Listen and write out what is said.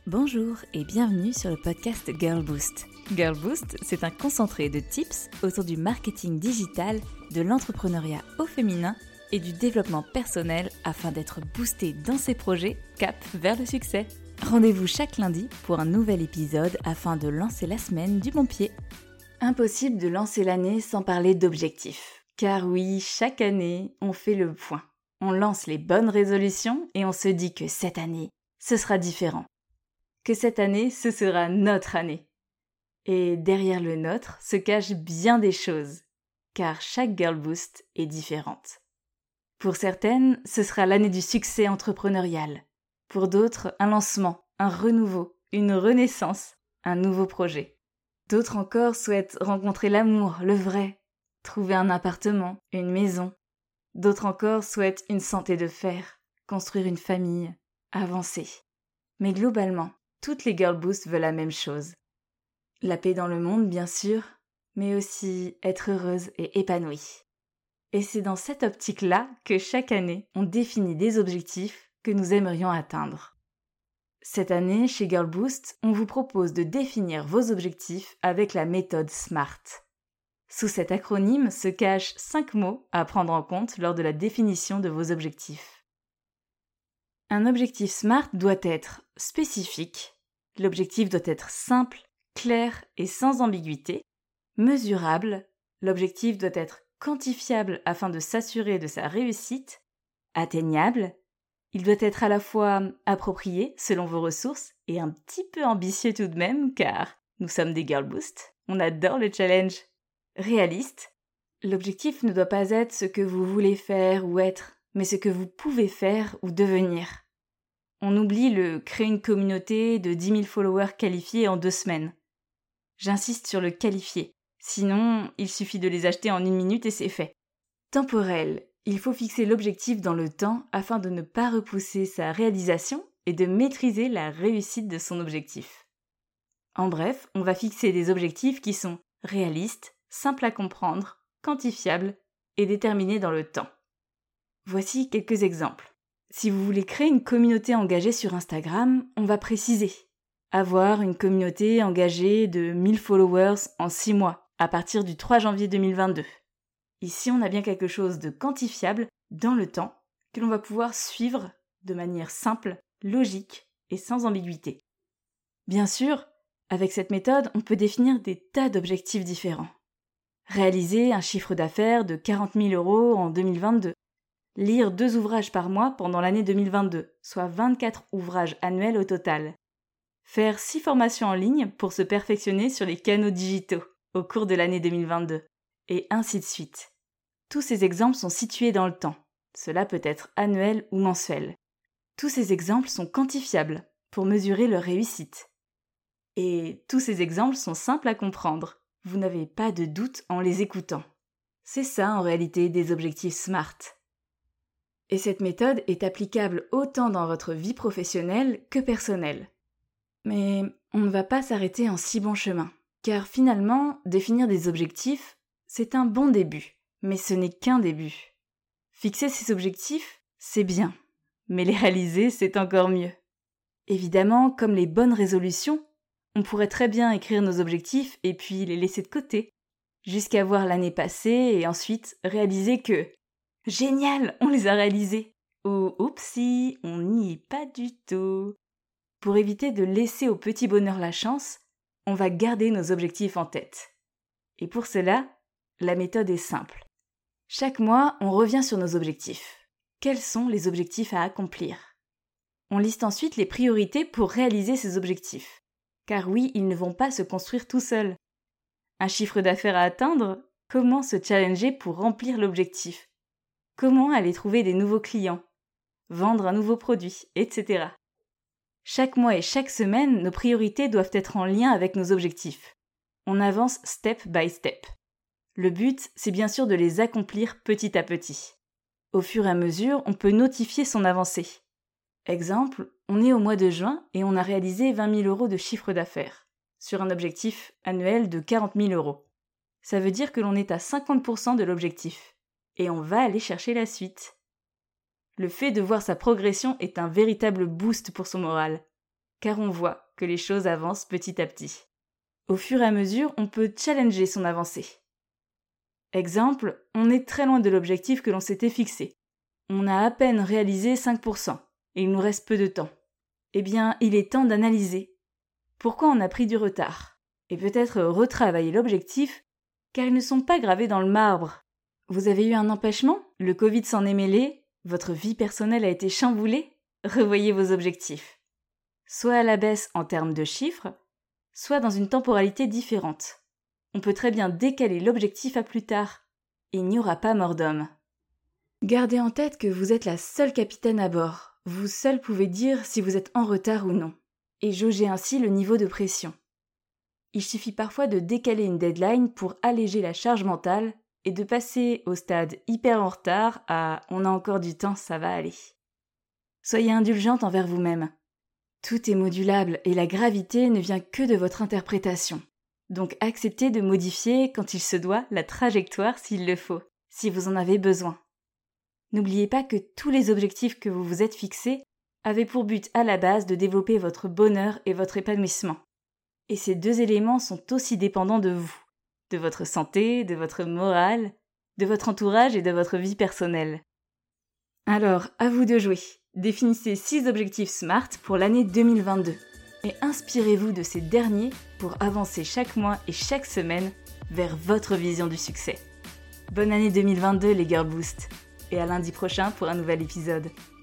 Bonjour et bienvenue sur le podcast Girl Boost. Girl Boost, c'est un concentré de tips autour du marketing digital, de l'entrepreneuriat au féminin et du développement personnel afin d'être boosté dans ses projets cap vers le succès. Rendez-vous chaque lundi pour un nouvel épisode afin de lancer la semaine du bon pied. Impossible de lancer l'année sans parler d'objectifs. Car oui, chaque année, on fait le point. On lance les bonnes résolutions et on se dit que cette année, ce sera différent. Que cette année, ce sera notre année. Et derrière le nôtre se cachent bien des choses, car chaque Girl Boost est différente. Pour certaines, ce sera l'année du succès entrepreneurial. Pour d'autres, un lancement, un renouveau, une renaissance, un nouveau projet. D'autres encore souhaitent rencontrer l'amour, le vrai, trouver un appartement, une maison. D'autres encore souhaitent une santé de fer, construire une famille, avancer. Mais globalement, toutes les Girl Boost veulent la même chose. La paix dans le monde, bien sûr, mais aussi être heureuse et épanouie. Et c'est dans cette optique-là que chaque année, on définit des objectifs que nous aimerions atteindre. Cette année, chez Girl Boost, on vous propose de définir vos objectifs avec la méthode SMART. Sous cet acronyme se cachent 5 mots à prendre en compte lors de la définition de vos objectifs. Un objectif SMART doit être spécifique. L'objectif doit être simple, clair et sans ambiguïté. Mesurable. L'objectif doit être quantifiable afin de s'assurer de sa réussite. Atteignable. Il doit être à la fois approprié selon vos ressources et un petit peu ambitieux tout de même car nous sommes des Girl Boost. On adore le challenge. Réaliste. L'objectif ne doit pas être ce que vous voulez faire ou être, mais ce que vous pouvez faire ou devenir. On oublie le créer une communauté de 10 000 followers qualifiés en 2 semaines. J'insiste sur le qualifié, sinon il suffit de les acheter en 1 minute et c'est fait. Temporel, il faut fixer l'objectif dans le temps afin de ne pas repousser sa réalisation et de maîtriser la réussite de son objectif. En bref, on va fixer des objectifs qui sont réalistes, simples à comprendre, quantifiables et déterminés dans le temps. Voici quelques exemples. Si vous voulez créer une communauté engagée sur Instagram, on va préciser. Avoir une communauté engagée de 1000 followers en 6 mois, à partir du 3 janvier 2022. Ici, on a bien quelque chose de quantifiable dans le temps, que l'on va pouvoir suivre de manière simple, logique et sans ambiguïté. Bien sûr, avec cette méthode, on peut définir des tas d'objectifs différents. Réaliser un chiffre d'affaires de 40 000 € en 2022. Lire 2 ouvrages par mois pendant l'année 2022, soit 24 ouvrages annuels au total. Faire 6 formations en ligne pour se perfectionner sur les canaux digitaux au cours de l'année 2022. Et ainsi de suite. Tous ces exemples sont situés dans le temps. Cela peut être annuel ou mensuel. Tous ces exemples sont quantifiables pour mesurer leur réussite. Et tous ces exemples sont simples à comprendre. Vous n'avez pas de doute en les écoutant. C'est ça en réalité des objectifs SMART. Et cette méthode est applicable autant dans votre vie professionnelle que personnelle. Mais on ne va pas s'arrêter en si bon chemin, car finalement, définir des objectifs, c'est un bon début, mais ce n'est qu'un début. Fixer ces objectifs, c'est bien, mais les réaliser, c'est encore mieux. Évidemment, comme les bonnes résolutions, on pourrait très bien écrire nos objectifs et puis les laisser de côté, jusqu'à voir l'année passer et ensuite réaliser que génial, on les a réalisés. Ou oupsie, on n'y est pas du tout. Pour éviter de laisser au petit bonheur la chance, on va garder nos objectifs en tête. Et pour cela, la méthode est simple. Chaque mois, on revient sur nos objectifs. Quels sont les objectifs à accomplir ? On liste ensuite les priorités pour réaliser ces objectifs. Car oui, ils ne vont pas se construire tout seuls. Un chiffre d'affaires à atteindre ? Comment se challenger pour remplir l'objectif ? Comment aller trouver des nouveaux clients, vendre un nouveau produit, etc. Chaque mois et chaque semaine, nos priorités doivent être en lien avec nos objectifs. On avance step by step. Le but, c'est bien sûr de les accomplir petit à petit. Au fur et à mesure, on peut notifier son avancée. Exemple, on est au mois de juin et on a réalisé 20 000 € de chiffre d'affaires, sur un objectif annuel de 40 000 €. Ça veut dire que l'on est à 50% de l'objectif. Et on va aller chercher la suite. Le fait de voir sa progression est un véritable boost pour son moral. car on voit que les choses avancent petit à petit. Au fur et à mesure, on peut challenger son avancée. Exemple, on est très loin de l'objectif que l'on s'était fixé. On a à peine réalisé 5%, et il nous reste peu de temps. Eh bien, il est temps d'analyser pourquoi on a pris du retard, et peut-être retravailler l'objectif, car ils ne sont pas gravés dans le marbre. Vous avez eu un empêchement ? Le Covid s'en est mêlé ? Votre vie personnelle a été chamboulée ? Revoyez vos objectifs. Soit à la baisse en termes de chiffres, soit dans une temporalité différente. On peut très bien décaler l'objectif à plus tard. Il n'y aura pas mort d'homme. Gardez en tête que vous êtes la seule capitaine à bord. Vous seul pouvez dire si vous êtes en retard ou non, et jaugez ainsi le niveau de pression. Il suffit parfois de décaler une deadline pour alléger la charge mentale et de passer au stade hyper en retard à « on a encore du temps, ça va aller ». Soyez indulgente envers vous-même. Tout est modulable et la gravité ne vient que de votre interprétation. Donc acceptez de modifier, quand il se doit, la trajectoire s'il le faut, si vous en avez besoin. N'oubliez pas que tous les objectifs que vous vous êtes fixés avaient pour but à la base de développer votre bonheur et votre épanouissement. Et ces deux éléments sont aussi dépendants de vous, de votre santé, de votre morale, de votre entourage et de votre vie personnelle. Alors, à vous de jouer. Définissez 6 objectifs SMART pour l'année 2022 et inspirez-vous de ces derniers pour avancer chaque mois et chaque semaine vers votre vision du succès. Bonne année 2022 les Girl Boost et à lundi prochain pour un nouvel épisode.